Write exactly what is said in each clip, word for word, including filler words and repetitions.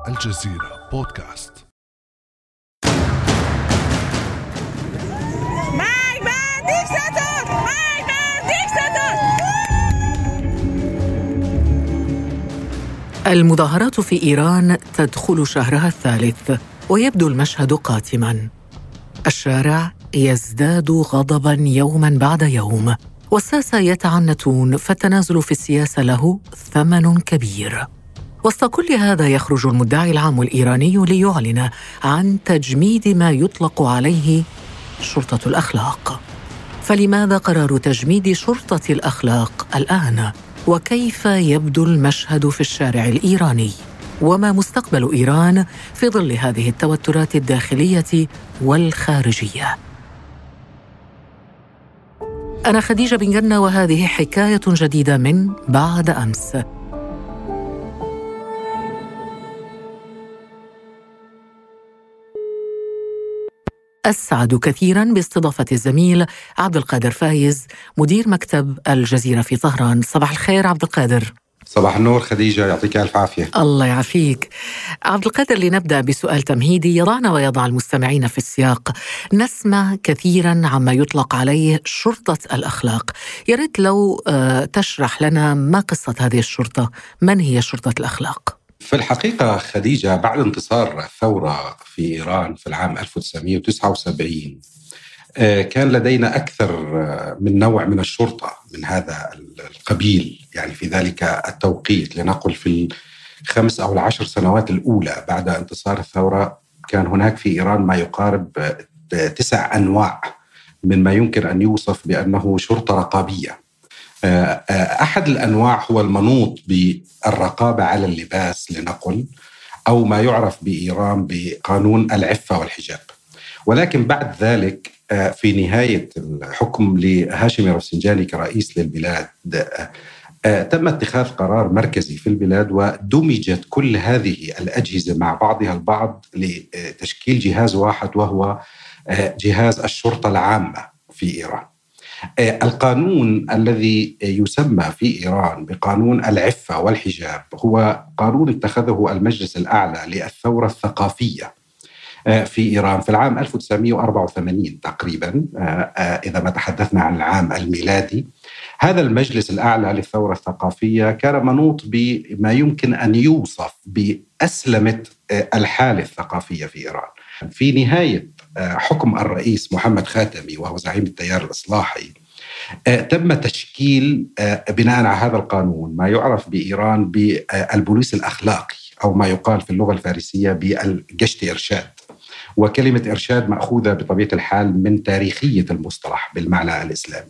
الجزيرة بودكاست. المظاهرات في إيران تدخل شهرها الثالث ويبدو المشهد قاتماً. الشارع يزداد غضباً يوماً بعد يوم، والساسة يتعنتون، فالتنازل في السياسة له ثمن كبير. وسط كل هذا يخرج المدعي العام الإيراني ليعلن عن تجميد ما يطلق عليه شرطة الأخلاق. فلماذا قرار تجميد شرطة الأخلاق الآن؟ وكيف يبدو المشهد في الشارع الإيراني؟ وما مستقبل إيران في ظل هذه التوترات الداخلية والخارجية؟ أنا خديجة بن جنة، وهذه حكاية جديدة من بعد أمس. أسعد كثيراً باستضافة الزميل عبد القادر فايز، مدير مكتب الجزيرة في طهران. صباح الخير عبد القادر. صباح النور خديجة، يعطيك ألف عافية. الله يعافيك. عبد القادر، لنبدأ بسؤال تمهيدي يضعنا ويضع المستمعين في السياق. نسمع كثيراً عما يطلق عليه شرطة الأخلاق. يا ريت لو تشرح لنا ما قصة هذه الشرطة، من هي شرطة الأخلاق؟ في الحقيقة خديجة، بعد انتصار الثورة في إيران في العام ألف وتسعمائة وتسعة وسبعين كان لدينا أكثر من نوع من الشرطة من هذا القبيل، يعني في ذلك التوقيت، لنقل في الخمس أو العشر سنوات الأولى بعد انتصار الثورة كان هناك في إيران ما يقارب تسع أنواع من ما يمكن أن يوصف بأنه شرطة رقابية. أحد الأنواع هو المنوط بالرقابة على اللباس لنقل، أو ما يعرف بإيران بقانون العفة والحجاب. ولكن بعد ذلك في نهاية الحكم لهاشمي رفسنجاني كرئيس للبلاد تم اتخاذ قرار مركزي في البلاد، ودمجت كل هذه الأجهزة مع بعضها البعض لتشكيل جهاز واحد، وهو جهاز الشرطة العامة في إيران. القانون الذي يسمى في إيران بقانون العفة والحجاب هو قانون اتخذه المجلس الأعلى للثورة الثقافية في إيران في العام ألف وتسعمائة وأربعة وثمانين تقريبا، إذا ما تحدثنا عن العام الميلادي. هذا المجلس الأعلى للثورة الثقافية كان منوط بما يمكن أن يوصف بأسلمة الحالة الثقافية في إيران. في نهاية حكم الرئيس محمد خاتمي وهو زعيم التيار الإصلاحي تم تشكيل بناء على هذا القانون ما يعرف بإيران بالبوليس الأخلاقي، أو ما يقال في اللغة الفارسية بالجشت إرشاد. وكلمة إرشاد مأخوذة بطبيعة الحال من تاريخية المصطلح بالمعنى الإسلامي.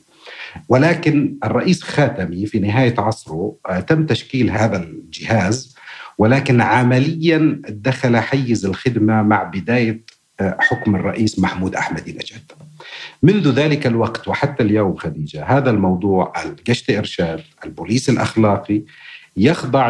ولكن الرئيس خاتمي في نهاية عصره تم تشكيل هذا الجهاز، ولكن عملياً دخل حيز الخدمة مع بداية حكم الرئيس محمود أحمد نجاد. منذ ذلك الوقت وحتى اليوم خديجة، هذا الموضوع الجشت إرشاد البوليس الأخلاقي يخضع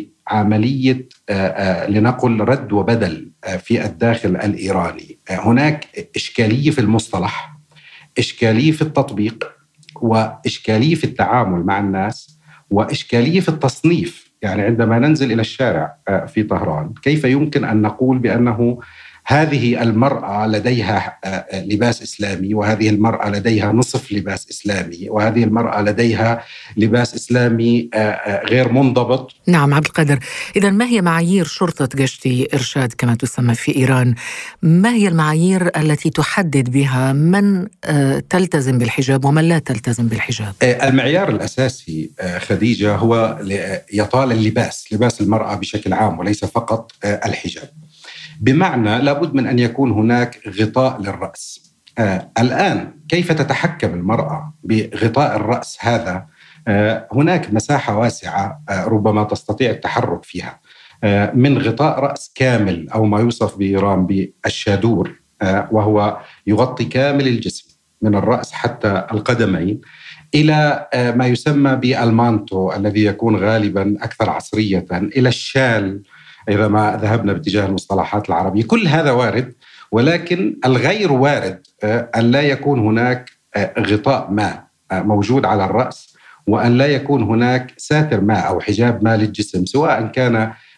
لعملية لنقل رد وبدل في الداخل الإيراني. هناك إشكالية في المصطلح، إشكالية في التطبيق، وإشكالية في التعامل مع الناس، وإشكالية في التصنيف. يعني عندما ننزل إلى الشارع في طهران، كيف يمكن أن نقول بأنه هذه المرأة لديها لباس إسلامي، وهذه المرأة لديها نصف لباس إسلامي، وهذه المرأة لديها لباس إسلامي غير منضبط؟ نعم عبد القادر، إذن ما هي معايير شرطة جشت إرشاد كما تسمى في إيران؟ ما هي المعايير التي تحدد بها من تلتزم بالحجاب ومن لا تلتزم بالحجاب؟ المعيار الأساسي خديجة هو يطال اللباس، لباس المرأة بشكل عام وليس فقط الحجاب. بمعنى لابد من أن يكون هناك غطاء للرأس. آه الآن كيف تتحكم المرأة بغطاء الرأس هذا؟ آه هناك مساحة واسعة آه ربما تستطيع التحرك فيها، آه من غطاء رأس كامل أو ما يوصف بإيران بالشادور، آه وهو يغطي كامل الجسم من الرأس حتى القدمين، إلى آه ما يسمى بالمانتو الذي يكون غالبا أكثر عصرية، إلى الشال إذا ما ذهبنا باتجاه المصطلحات العربية. كل هذا وارد، ولكن الغير وارد أن لا يكون هناك غطاء ما موجود على الرأس، وأن لا يكون هناك ساتر ما أو حجاب ما للجسم، سواء كان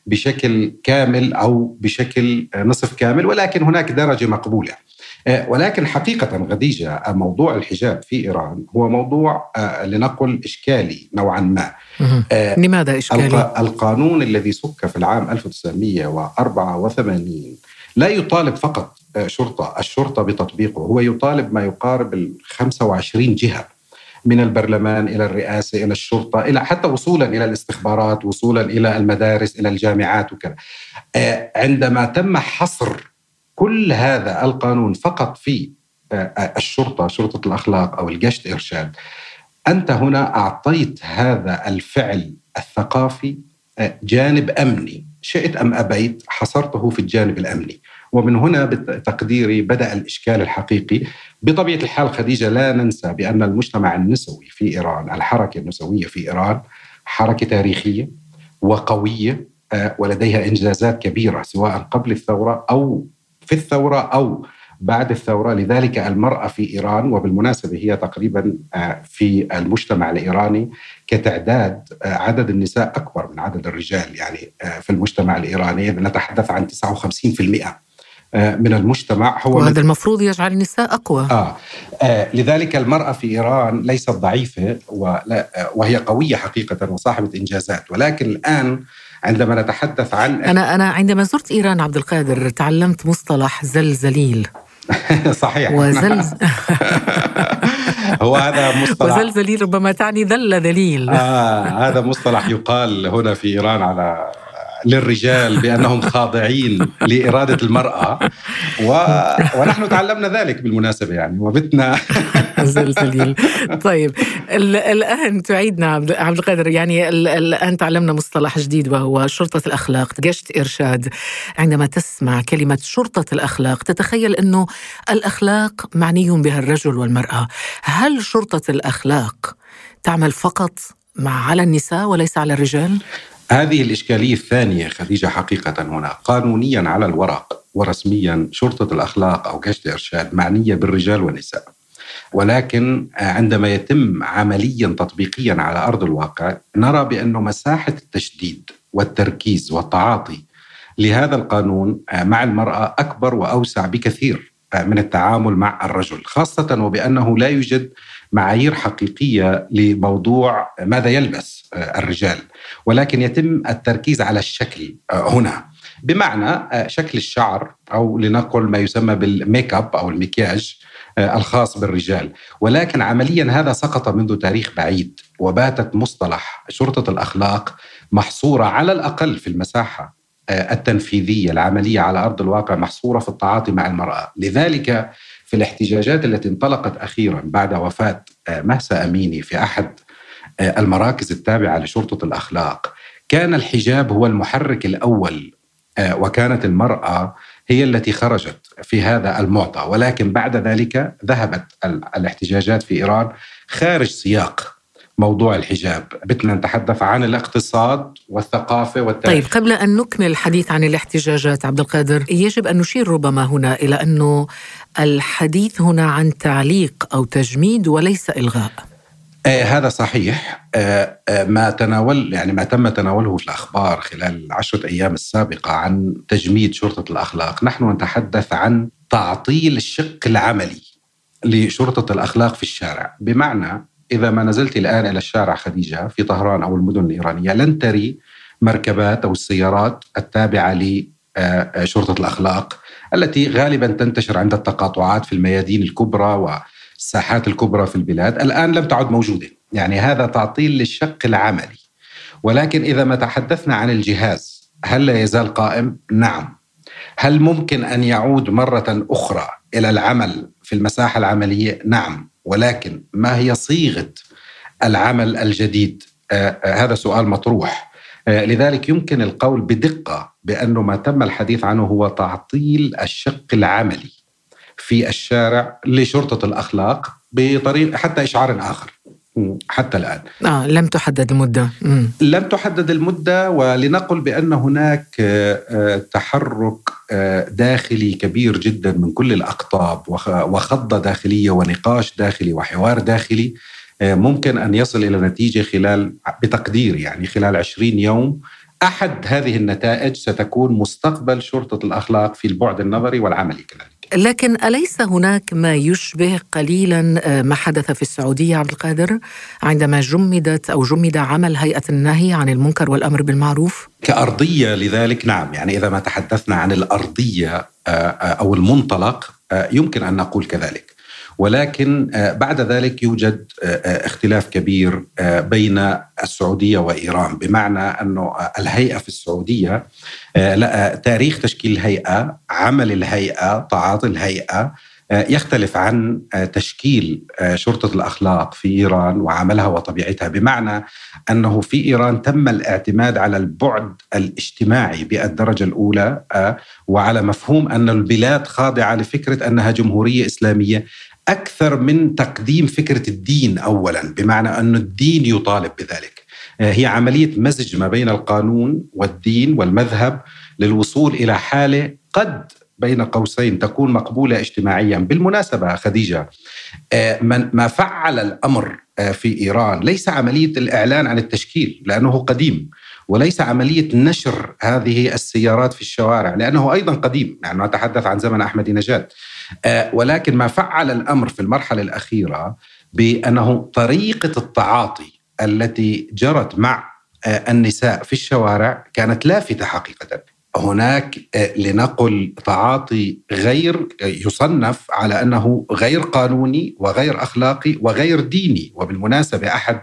بشكل كامل أو بشكل نصف كامل، ولكن هناك درجة مقبولة. ولكن حقيقة خديجة موضوع الحجاب في إيران هو موضوع لنقل إشكالي نوعا ما. لماذا إشكالي؟ القانون الذي سك في العام ألف وتسعمئة وأربعة وثمانين لا يطالب فقط شرطة الشرطة بتطبيقه، هو يطالب ما يقارب الخمسة وعشرين جهة، من البرلمان إلى الرئاسة إلى الشرطة إلى حتى وصولا إلى الاستخبارات، وصولا إلى المدارس إلى الجامعات وكذا. عندما تم حصر كل هذا القانون فقط في الشرطة، شرطة الأخلاق أو الجشت إرشاد، أنت هنا أعطيت هذا الفعل الثقافي جانب أمني، شئت أم أبيت حصرته في الجانب الأمني. ومن هنا بتقديري بدأ الإشكال الحقيقي. بطبيعة الحال خديجة لا ننسى بأن المجتمع النسوي في إيران، الحركة النسوية في إيران حركة تاريخية وقوية ولديها إنجازات كبيرة سواء قبل الثورة أو في الثورة أو بعد الثورة. لذلك المرأة في إيران، وبالمناسبة هي تقريبا في المجتمع الإيراني كتعداد عدد النساء أكبر من عدد الرجال، يعني في المجتمع الإيراني نتحدث عن تسعة وخمسين بالمئة من المجتمع هو وهذا المفروض يجعل النساء أقوى. آه. آه لذلك المرأة في إيران ليست ضعيفة وهي قوية حقيقة وصاحبة إنجازات. ولكن الآن عندما نتحدث عن أنا أنا عندما زرت إيران عبد القادر تعلمت مصطلح زلزليل. صحيح. وزلز هو هذا مصطلح وزلزليل ربما تعني ذل ذليل. آه هذا مصطلح يقال هنا في إيران على للرجال بأنهم خاضعين لإرادة المرأة، و... ونحن تعلمنا ذلك بالمناسبة يعني وبتنا زلزليل. طيب الآن تعيدنا عبد القادر، يعني الآن تعلمنا مصطلح جديد وهو شرطة الأخلاق، جشت إرشاد. عندما تسمع كلمة شرطة الأخلاق تتخيل أنه الأخلاق معني بها الرجل والمرأة. هل شرطة الأخلاق تعمل فقط مع على النساء وليس على الرجال؟ هذه الإشكالية الثانية خديجة. حقيقة هنا قانونيا على الورق ورسميا شرطة الأخلاق أو جشت إرشاد معنية بالرجال والنساء، ولكن عندما يتم عمليا تطبيقيا على أرض الواقع نرى بأن مساحة التشديد والتركيز والتعاطي لهذا القانون مع المرأة أكبر وأوسع بكثير من التعامل مع الرجل، خاصة وبأنه لا يوجد معايير حقيقية لموضوع ماذا يلبس الرجال، ولكن يتم التركيز على الشكل هنا، بمعنى شكل الشعر أو لنقل ما يسمى بالميك اب أو المكياج الخاص بالرجال. ولكن عمليا هذا سقط منذ تاريخ بعيد، وباتت مصطلح شرطة الأخلاق محصورة على الأقل في المساحة التنفيذية العملية على أرض الواقع، محصورة في التعاطي مع المرأة. لذلك في الاحتجاجات التي انطلقت أخيرا بعد وفاة مهسا أميني في أحد المراكز التابعة لشرطة الأخلاق، كان الحجاب هو المحرك الأول، وكانت المرأة هي التي خرجت في هذا المعطى. ولكن بعد ذلك ذهبت الاحتجاجات في إيران خارج سياق موضوع الحجاب، بدنا نتحدث عن الاقتصاد والثقافة والتاريخ. طيب قبل أن نكمل الحديث عن الاحتجاجات عبد القادر، يجب أن نشير ربما هنا إلى أنه الحديث هنا عن تعليق أو تجميد وليس إلغاء. آه هذا صحيح. آه آه ما تناول يعني ما تم تناوله في الأخبار خلال العشرة أيام السابقة عن تجميد شرطة الأخلاق، نحن نتحدث عن تعطيل الشق العملي لشرطة الأخلاق في الشارع. بمعنى إذا ما نزلت الآن إلى الشارع خديجة في طهران أو المدن الإيرانية لن تري مركبات أو السيارات التابعة لشرطة الأخلاق التي غالبا تنتشر عند التقاطعات في الميادين الكبرى والساحات الكبرى في البلاد. الآن لم تعد موجودة، يعني هذا تعطيل للشق العملي. ولكن إذا ما تحدثنا عن الجهاز، هل لا يزال قائم؟ نعم. هل ممكن أن يعود مرة أخرى إلى العمل في المساحة العملية؟ نعم. ولكن ما هي صيغة العمل الجديد؟ آه آه هذا سؤال مطروح. آه لذلك يمكن القول بدقة بأنه ما تم الحديث عنه هو تعطيل الشق العملي في الشارع لشرطة الأخلاق بطريق حتى إشعار آخر حتى الآن. آه لم تحدد المدة. مم. لم تحدد المدة، ولنقل بأن هناك آه تحرك آه داخلي كبير جدا من كل الأقطاب وخضة داخلية ونقاش داخلي وحوار داخلي آه ممكن أن يصل إلى نتيجة خلال بتقدير يعني خلال عشرين يوم أحد هذه النتائج ستكون مستقبل شرطة الأخلاق في البعد النظري والعملي كذلك. لكن أليس هناك ما يشبه قليلا ما حدث في السعودية عبد القادر عندما جمدت أو جمد عمل هيئة النهي عن المنكر والأمر بالمعروف؟ كأرضية لذلك نعم، يعني إذا ما تحدثنا عن الأرضية أو المنطلق يمكن أن نقول كذلك، ولكن بعد ذلك يوجد اختلاف كبير بين السعودية وإيران، بمعنى أنه الهيئة في السعودية تاريخ تشكيل الهيئة، عمل الهيئة، تعاطي الهيئة يختلف عن تشكيل شرطة الأخلاق في إيران وعملها وطبيعتها، بمعنى أنه في إيران تم الاعتماد على البعد الاجتماعي بالدرجة الأولى، وعلى مفهوم أن البلاد خاضعة لفكرة أنها جمهورية إسلامية أكثر من تقديم فكرة الدين أولاً، بمعنى أن الدين يطالب بذلك. هي عملية مزج ما بين القانون والدين والمذهب للوصول إلى حالة قد بين قوسين تكون مقبولة اجتماعياً. بالمناسبة خديجة، ما فعل الأمر في إيران ليس عملية الإعلان عن التشكيل لأنه قديم، وليس عملية نشر هذه السيارات في الشوارع لأنه أيضاً قديم، يعني نتحدث عن زمن أحمدي نجاد، ولكن ما فعل الأمر في المرحلة الأخيرة بأنه طريقة التعاطي التي جرت مع النساء في الشوارع كانت لافتة حقيقة. هناك لنقل تعاطي غير يصنف على أنه غير قانوني وغير أخلاقي وغير ديني. وبالمناسبة أحد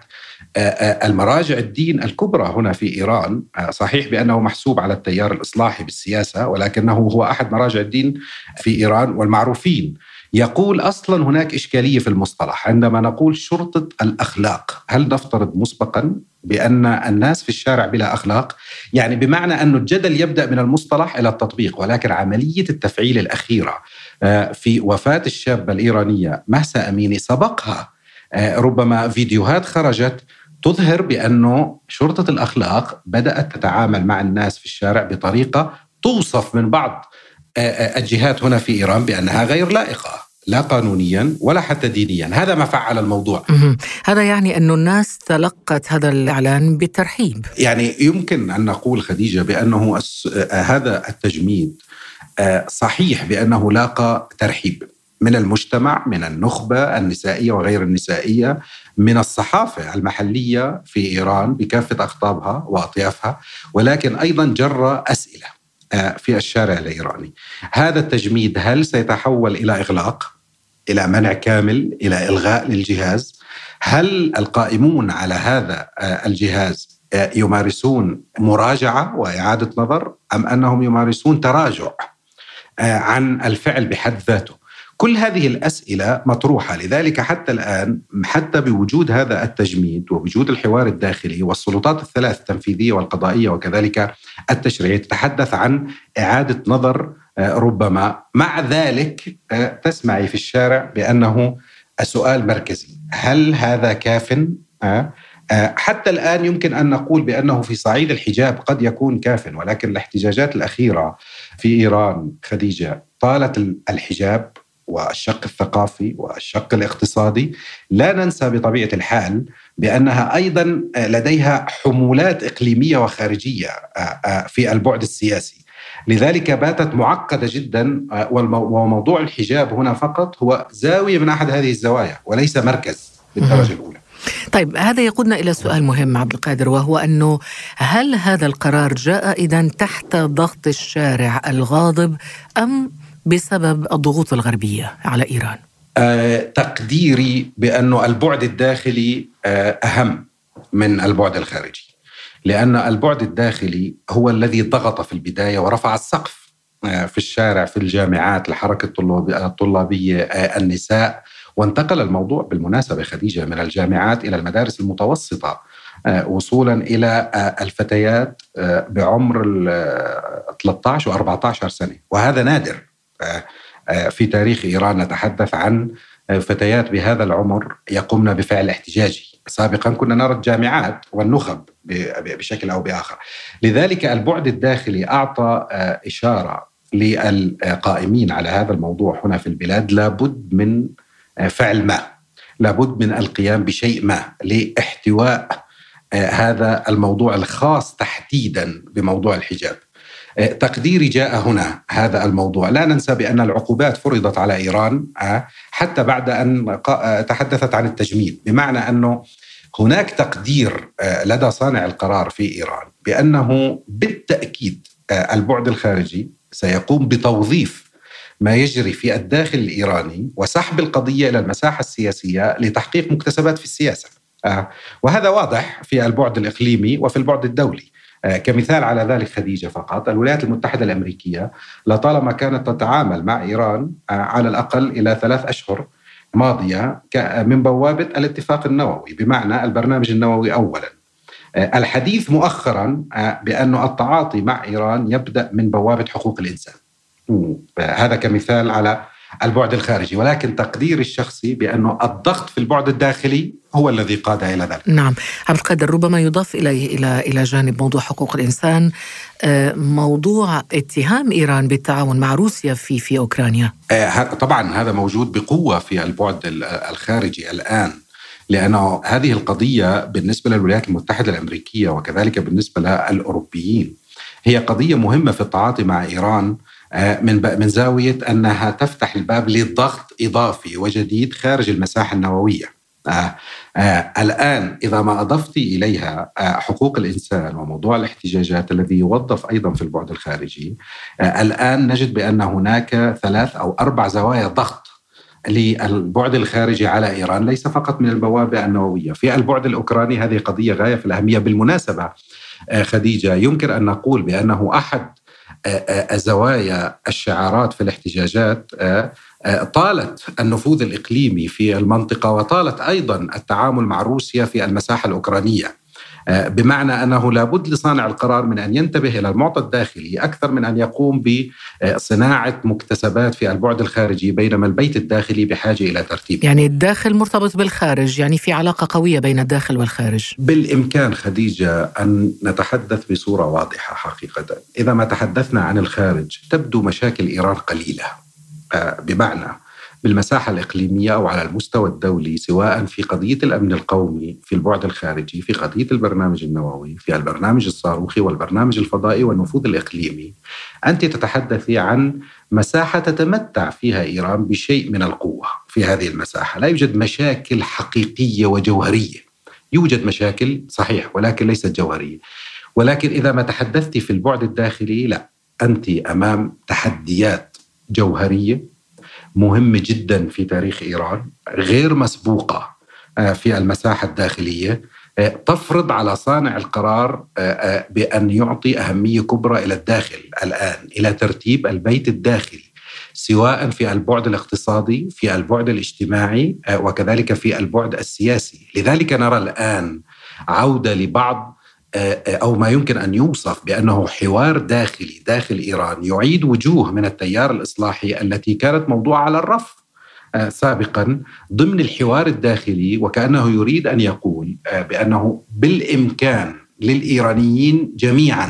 المراجع الدين الكبرى هنا في إيران، صحيح بأنه محسوب على التيار الإصلاحي بالسياسة، ولكنه هو أحد مراجع الدين في إيران والمعروفين، يقول أصلا هناك إشكالية في المصطلح عندما نقول شرطة الأخلاق. هل نفترض مسبقا بأن الناس في الشارع بلا أخلاق؟ يعني بمعنى أن الجدل يبدأ من المصطلح إلى التطبيق، ولكن عملية التفعيل الأخيرة في وفاة الشابة الإيرانية مهسا أميني سبقها ربما فيديوهات خرجت تظهر بأنه شرطة الأخلاق بدأت تتعامل مع الناس في الشارع بطريقة توصف من بعض الجهات هنا في إيران بأنها غير لائقة، لا قانونيا ولا حتى دينيا. هذا ما فعل الموضوع. هذا يعني أن الناس تلقت هذا الإعلان بالترحيب. يعني يمكن أن نقول خديجة بأنه هذا التجميد صحيح بأنه لاقى ترحيب من المجتمع، من النخبة النسائية وغير النسائية، من الصحافة المحلية في إيران بكافة أقطابها وأطيافها، ولكن أيضا جرى أسئلة في الشارع الإيراني. هذا التجميد هل سيتحول إلى إغلاق، إلى منع كامل، إلى إلغاء للجهاز؟ هل القائمون على هذا الجهاز يمارسون مراجعة وإعادة نظر، أم أنهم يمارسون تراجع عن الفعل بحد ذاته؟ كل هذه الأسئلة مطروحة. لذلك حتى الآن، حتى بوجود هذا التجميد ووجود الحوار الداخلي والسلطات الثلاث التنفيذية والقضائية وكذلك التشريعية تتحدث عن إعادة نظر ربما. مع ذلك تسمعي في الشارع بأنه السؤال مركزي: هل هذا كاف؟ حتى الآن يمكن أن نقول بأنه في صعيد الحجاب قد يكون كاف، ولكن الاحتجاجات الأخيرة في إيران خديجة طالت الحجاب والشق الثقافي والشق الاقتصادي. لا ننسى بطبيعة الحال بأنها أيضا لديها حمولات إقليمية وخارجية في البعد السياسي، لذلك باتت معقدة جدا. وموضوع الحجاب هنا فقط هو زاوية من أحد هذه الزوايا وليس مركز بالدرجة الأولى. طيب، هذا يقودنا إلى سؤال مهم عبد القادر، وهو أنه هل هذا القرار جاء إذن تحت ضغط الشارع الغاضب أم بسبب الضغوط الغربية على إيران؟ أه تقديري بأنه البعد الداخلي أه أهم من البعد الخارجي، لأن البعد الداخلي هو الذي ضغط في البداية ورفع السقف أه في الشارع، في الجامعات، لحركة الطلابية، أه النساء، وانتقل الموضوع بالمناسبة خديجة من الجامعات إلى المدارس المتوسطة، أه وصولا إلى أه الفتيات أه بعمر ثلاثة عشر وأربعة عشر سنة، وهذا نادر في تاريخ إيران. نتحدث عن فتيات بهذا العمر يقومن بفعل احتجاجي. سابقا كنا نرى الجامعات والنخب بشكل أو بآخر. لذلك البعد الداخلي أعطى إشارة للقائمين على هذا الموضوع هنا في البلاد: لابد من فعل ما، لابد من القيام بشيء ما لاحتواء هذا الموضوع الخاص تحديدا بموضوع الحجاب. تقديري جاء هنا هذا الموضوع. لا ننسى بأن العقوبات فرضت على إيران حتى بعد أن تحدثت عن التجميد، بمعنى أنه هناك تقدير لدى صانع القرار في إيران بأنه بالتأكيد البعد الخارجي سيقوم بتوظيف ما يجري في الداخل الإيراني وسحب القضية إلى المساحة السياسية لتحقيق مكتسبات في السياسة. وهذا واضح في البعد الإقليمي وفي البعد الدولي. كمثال على ذلك خديجة فقط، الولايات المتحدة الأمريكية لطالما كانت تتعامل مع إيران على الأقل إلى ثلاث أشهر ماضية من بوابة الاتفاق النووي، بمعنى البرنامج النووي أولا. الحديث مؤخرا بأن التعاطي مع إيران يبدأ من بوابة حقوق الإنسان. هذا كمثال على البعد الخارجي، ولكن تقديري الشخصي بأنه الضغط في البعد الداخلي هو الذي قاد إلى ذلك. نعم عبد القادر، ربما يضاف إليه إلى إلى جانب موضوع حقوق الإنسان موضوع اتهام إيران بالتعاون مع روسيا في في أوكرانيا. طبعا هذا موجود بقوة في البعد الخارجي الآن، لأنه هذه القضية بالنسبة للولايات المتحدة الأمريكية وكذلك بالنسبة للأوروبيين هي قضية مهمة في التعاطي مع إيران من من زاوية أنها تفتح الباب لضغط إضافي وجديد خارج المساحة النووية. آه آه الآن إذا ما أضفت إليها آه حقوق الإنسان وموضوع الاحتجاجات الذي يوظف أيضا في البعد الخارجي، آه الآن نجد بأن هناك ثلاث أو أربع زوايا ضغط للبعد الخارجي على إيران، ليس فقط من البوابة النووية. في البعد الأوكراني هذه قضية غاية في الأهمية. بالمناسبة آه خديجة، يمكن أن نقول بأنه أحد زوايا الشعارات في الاحتجاجات طالت النفوذ الإقليمي في المنطقة وطالت أيضا التعامل مع روسيا في المساحة الأوكرانية، بمعنى أنه لابد لصانع القرار من أن ينتبه إلى المعطى الداخلي أكثر من أن يقوم بصناعة مكتسبات في البعد الخارجي، بينما البيت الداخلي بحاجة إلى ترتيب. يعني الداخل مرتبط بالخارج، يعني في علاقة قوية بين الداخل والخارج. بالإمكان خديجة أن نتحدث بصورة واضحة حقيقة. إذا ما تحدثنا عن الخارج تبدو مشاكل إيران قليلة، بمعنى بالمساحة الإقليمية أو على المستوى الدولي، سواء في قضية الأمن القومي في البعد الخارجي، في قضية البرنامج النووي، في البرنامج الصاروخي والبرنامج الفضائي والنفوذ الإقليمي. أنت تتحدثي عن مساحة تتمتع فيها إيران بشيء من القوة. في هذه المساحة لا يوجد مشاكل حقيقية وجوهرية، يوجد مشاكل صحيح ولكن ليست جوهرية. ولكن إذا ما تحدثتي في البعد الداخلي، لا، أنت أمام تحديات جوهرية مهمة جدا في تاريخ إيران، غير مسبوقة في المساحة الداخلية، تفرض على صانع القرار بأن يعطي أهمية كبرى إلى الداخل الآن، إلى ترتيب البيت الداخلي، سواء في البعد الاقتصادي، في البعد الاجتماعي، وكذلك في البعد السياسي. لذلك نرى الآن عودة لبعض أو ما يمكن أن يوصف بأنه حوار داخلي داخل إيران يعيد وجوه من التيار الإصلاحي التي كانت موضوعة على الرف سابقا ضمن الحوار الداخلي، وكأنه يريد أن يقول بأنه بالإمكان للإيرانيين جميعا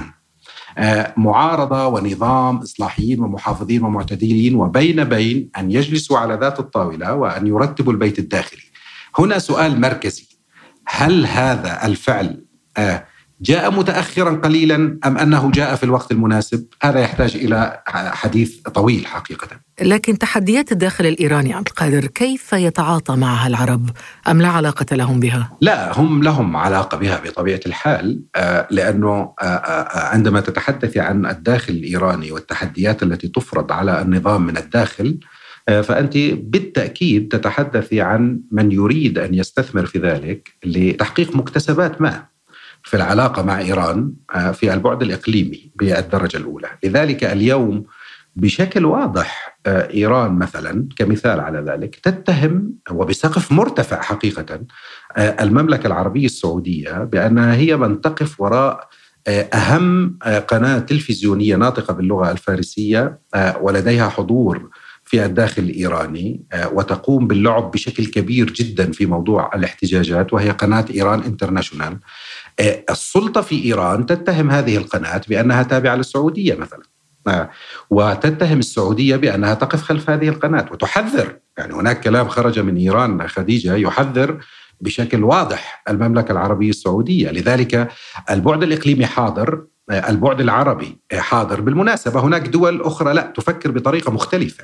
معارضة ونظام إصلاحيين ومحافظين ومعتدلين، وبين بين أن يجلسوا على ذات الطاولة وأن يرتبوا البيت الداخلي. هنا سؤال مركزي: هل هذا الفعل جاء متأخرا قليلا أم أنه جاء في الوقت المناسب؟ هذا يحتاج إلى حديث طويل حقيقة. لكن تحديات الداخل الإيراني عبد القادر كيف يتعاطى معها العرب أم لا علاقة لهم بها؟ لا، هم لهم علاقة بها بطبيعة الحال، لأنه عندما تتحدث عن الداخل الإيراني والتحديات التي تفرض على النظام من الداخل، فأنت بالتأكيد تتحدثي عن من يريد أن يستثمر في ذلك لتحقيق مكتسبات ما في العلاقة مع إيران في البعد الإقليمي بالدرجة الأولى. لذلك اليوم بشكل واضح إيران مثلا كمثال على ذلك تتهم وبسقف مرتفع حقيقة المملكة العربية السعودية بأنها هي من تقف وراء أهم قناة تلفزيونية ناطقة باللغة الفارسية ولديها حضور في الداخل الإيراني، وتقوم باللعب بشكل كبير جدا في موضوع الاحتجاجات، وهي قناة إيران انترناشونال. السلطة في إيران تتهم هذه القناة بأنها تابعة للسعودية مثلا، وتتهم السعودية بأنها تقف خلف هذه القناة وتحذر. يعني هناك كلام خرج من إيران خديجة يحذر بشكل واضح المملكة العربية السعودية. لذلك البعد الإقليمي حاضر، البعد العربي حاضر. بالمناسبة هناك دول أخرى لا تفكر بطريقة مختلفة.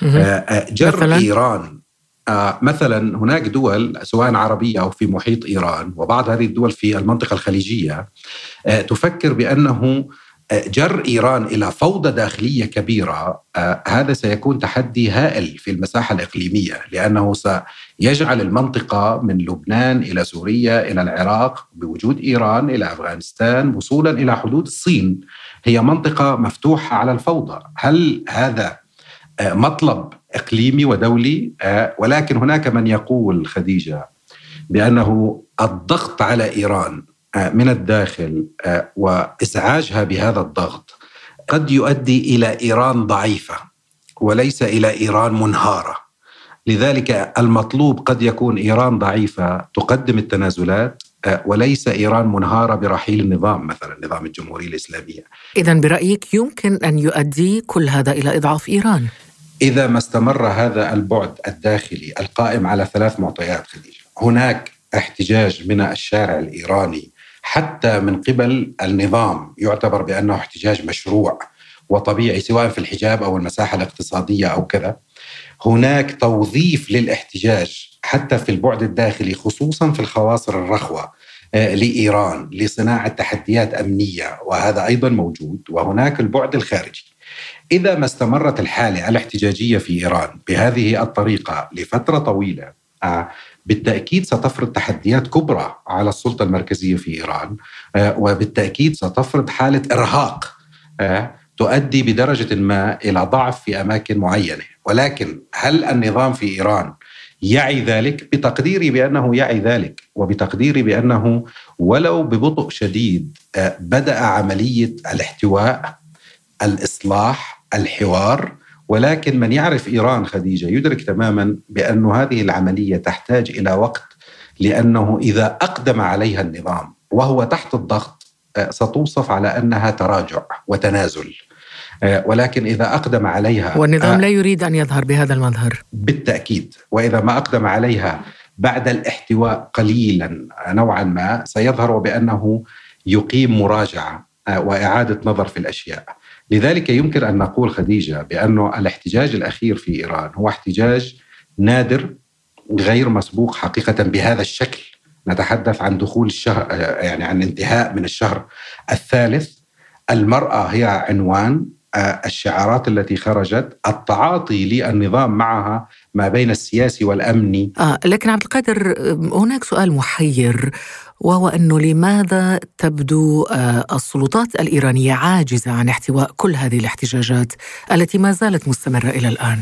جر مثلاً؟ إيران مثلا، هناك دول سواء عربية أو في محيط إيران وبعض هذه الدول في المنطقة الخليجية تفكر بأنه جر إيران إلى فوضى داخلية كبيرة هذا سيكون تحدي هائل في المساحة الإقليمية، لأنه سيجعل المنطقة من لبنان إلى سوريا إلى العراق بوجود إيران إلى أفغانستان وصولا إلى حدود الصين، هي منطقة مفتوحة على الفوضى. هل هذا مطلب إقليمي ودولي؟ ولكن هناك من يقول خديجة بأنه الضغط على إيران من الداخل وإزعاجها بهذا الضغط قد يؤدي إلى إيران ضعيفة وليس إلى إيران منهارة. لذلك المطلوب قد يكون إيران ضعيفة تقدم التنازلات وليس إيران منهارة برحيل النظام، مثلا نظام الجمهورية الإسلامية. إذن برأيك يمكن أن يؤدي كل هذا إلى إضعاف إيران إذا ما استمر هذا البعد الداخلي القائم على ثلاث معطيات خديجة. هناك احتجاج من الشارع الإيراني حتى من قبل النظام يعتبر بأنه احتجاج مشروع وطبيعي سواء في الحجاب أو المساحة الاقتصادية أو كذا. هناك توظيف للاحتجاج حتى في البعد الداخلي خصوصا في الخواصر الرخوة لإيران لصناعة تحديات أمنية، وهذا أيضا موجود. وهناك البعد الخارجي. إذا ما استمرت الحالة الاحتجاجية في إيران بهذه الطريقة لفترة طويلة بالتأكيد ستفرض تحديات كبرى على السلطة المركزية في إيران، وبالتأكيد ستفرض حالة إرهاق تؤدي بدرجة ما إلى ضعف في أماكن معينة. ولكن هل النظام في إيران يعي ذلك؟ بتقديري بأنه يعي ذلك، وبتقديري بأنه ولو ببطء شديد بدأ عملية الاحتواء، الإصلاح، الحوار. ولكن من يعرف إيران خديجة يدرك تماما بأن هذه العملية تحتاج إلى وقت، لأنه إذا أقدم عليها النظام وهو تحت الضغط ستوصف على أنها تراجع وتنازل. ولكن إذا أقدم عليها والنظام لا يريد أن يظهر بهذا المظهر بالتأكيد، وإذا ما أقدم عليها بعد الاحتواء قليلا نوعا ما سيظهر بأنه يقيم مراجعة وإعادة نظر في الأشياء. لذلك يمكن أن نقول خديجة بأن الاحتجاج الأخير في إيران هو احتجاج نادر غير مسبوق حقيقة بهذا الشكل. نتحدث عن دخول الشهر، يعني عن انتهاء من الشهر الثالث. المرأة هي عنوان، الشعارات التي خرجت، التعاطي للنظام معها ما بين السياسي والأمني. آه لكن عبد القادر هناك سؤال محير، وهو أنه لماذا تبدو آه السلطات الإيرانية عاجزة عن احتواء كل هذه الاحتجاجات التي ما زالت مستمرة إلى الآن؟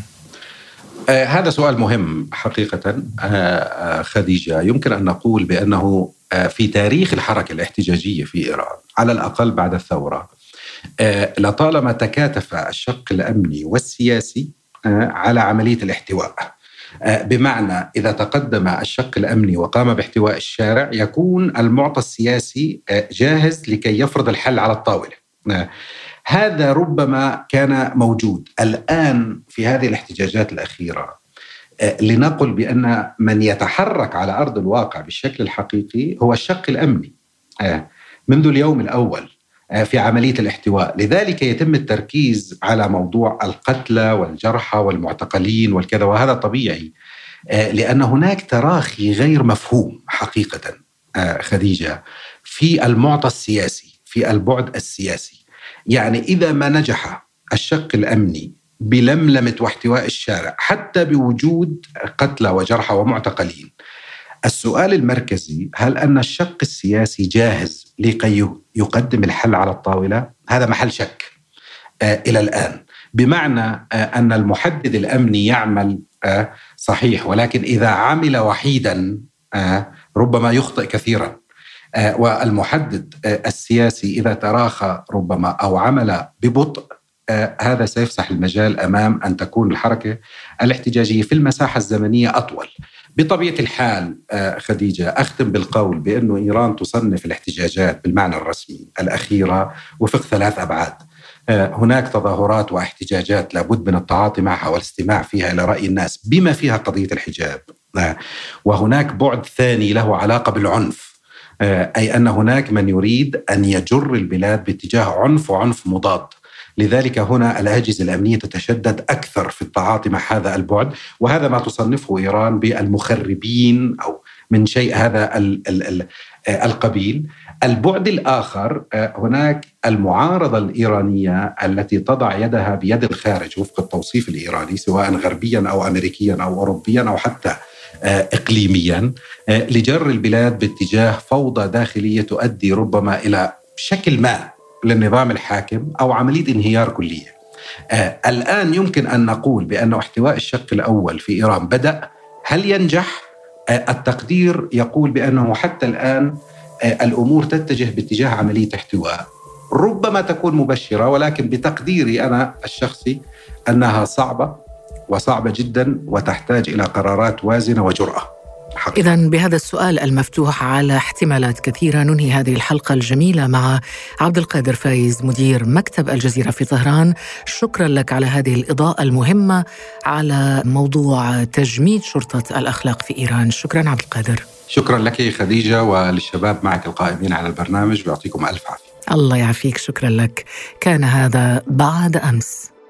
آه هذا سؤال مهم حقيقة آه خديجة. يمكن أن نقول بأنه آه في تاريخ الحركة الاحتجاجية في إيران على الأقل بعد الثورة آه لطالما تكاتف الشق الأمني والسياسي آه على عملية الاحتواء. آه بمعنى إذا تقدم الشق الأمني وقام باحتواء الشارع يكون المعطى السياسي آه جاهز لكي يفرض الحل على الطاولة. آه هذا ربما كان موجود. الآن في هذه الاحتجاجات الأخيرة آه لنقل بأن من يتحرك على أرض الواقع بالشكل الحقيقي هو الشق الأمني آه منذ اليوم الأول في عملية الاحتواء. لذلك يتم التركيز على موضوع القتلى والجرحى والمعتقلين والكذا، وهذا طبيعي لأن هناك تراخي غير مفهوم حقيقة خديجة في المعطى السياسي، في البعد السياسي. يعني إذا ما نجح الشق الأمني بلملمة واحتواء الشارع حتى بوجود قتلى وجرحى ومعتقلين، السؤال المركزي هل أن الشق السياسي جاهز لكي يقدم الحل على الطاولة؟ هذا محل شك آه إلى الآن. بمعنى آه أن المحدد الأمني يعمل آه صحيح، ولكن إذا عمل وحيدا آه ربما يخطئ كثيرا. آه والمحدد آه السياسي إذا تراخى ربما أو عمل ببطء آه هذا سيفسح المجال أمام أن تكون الحركة الاحتجاجية في المساحة الزمنية أطول. بطبيعة الحال خديجة أختم بالقول بأنه إيران تصنف الاحتجاجات بالمعنى الرسمي الأخيرة وفق ثلاث أبعاد. هناك تظاهرات واحتجاجات لابد من التعاطي معها والاستماع فيها إلى رأي الناس بما فيها قضية الحجاب وهناك بعد ثاني له علاقة بالعنف، أي أن هناك من يريد أن يجر البلاد باتجاه عنف وعنف مضاد. لذلك هنا الأجهزة الأمنية تتشدد أكثر في التعاطي مع هذا البعد، وهذا ما تصنفه إيران بالمخربين أو من شيء هذا القبيل. البعد الآخر هناك المعارضة الإيرانية التي تضع يدها بيد الخارج وفق التوصيف الإيراني، سواء غربيا أو أمريكيا أو أوروبيا أو حتى إقليميا، لجر البلاد باتجاه فوضى داخلية تؤدي ربما إلى شكل ما للنظام الحاكم أو عملية انهيار كلية. الآن يمكن أن نقول بأن احتواء الشق الأول في إيران بدأ. هل ينجح؟ التقدير يقول بأنه حتى الآن الأمور تتجه باتجاه عملية احتواء ربما تكون مبشرة، ولكن بتقديري أنا الشخصي أنها صعبة وصعبة جدا وتحتاج إلى قرارات وازنة وجرأة. إذن بهذا السؤال المفتوح على احتمالات كثيرة ننهي هذه الحلقة الجميلة مع عبد القادر فايز مدير مكتب الجزيرة في طهران. شكرا لك على هذه الإضاءة المهمة على موضوع تجميد شرطة الأخلاق في إيران. شكرا عبد القادر. شكرا لك خديجة وللشباب معك القائمين على البرنامج، ويعطيكم ألف عافية. الله يعافيك. شكرا لك. كان هذا بعد أمس.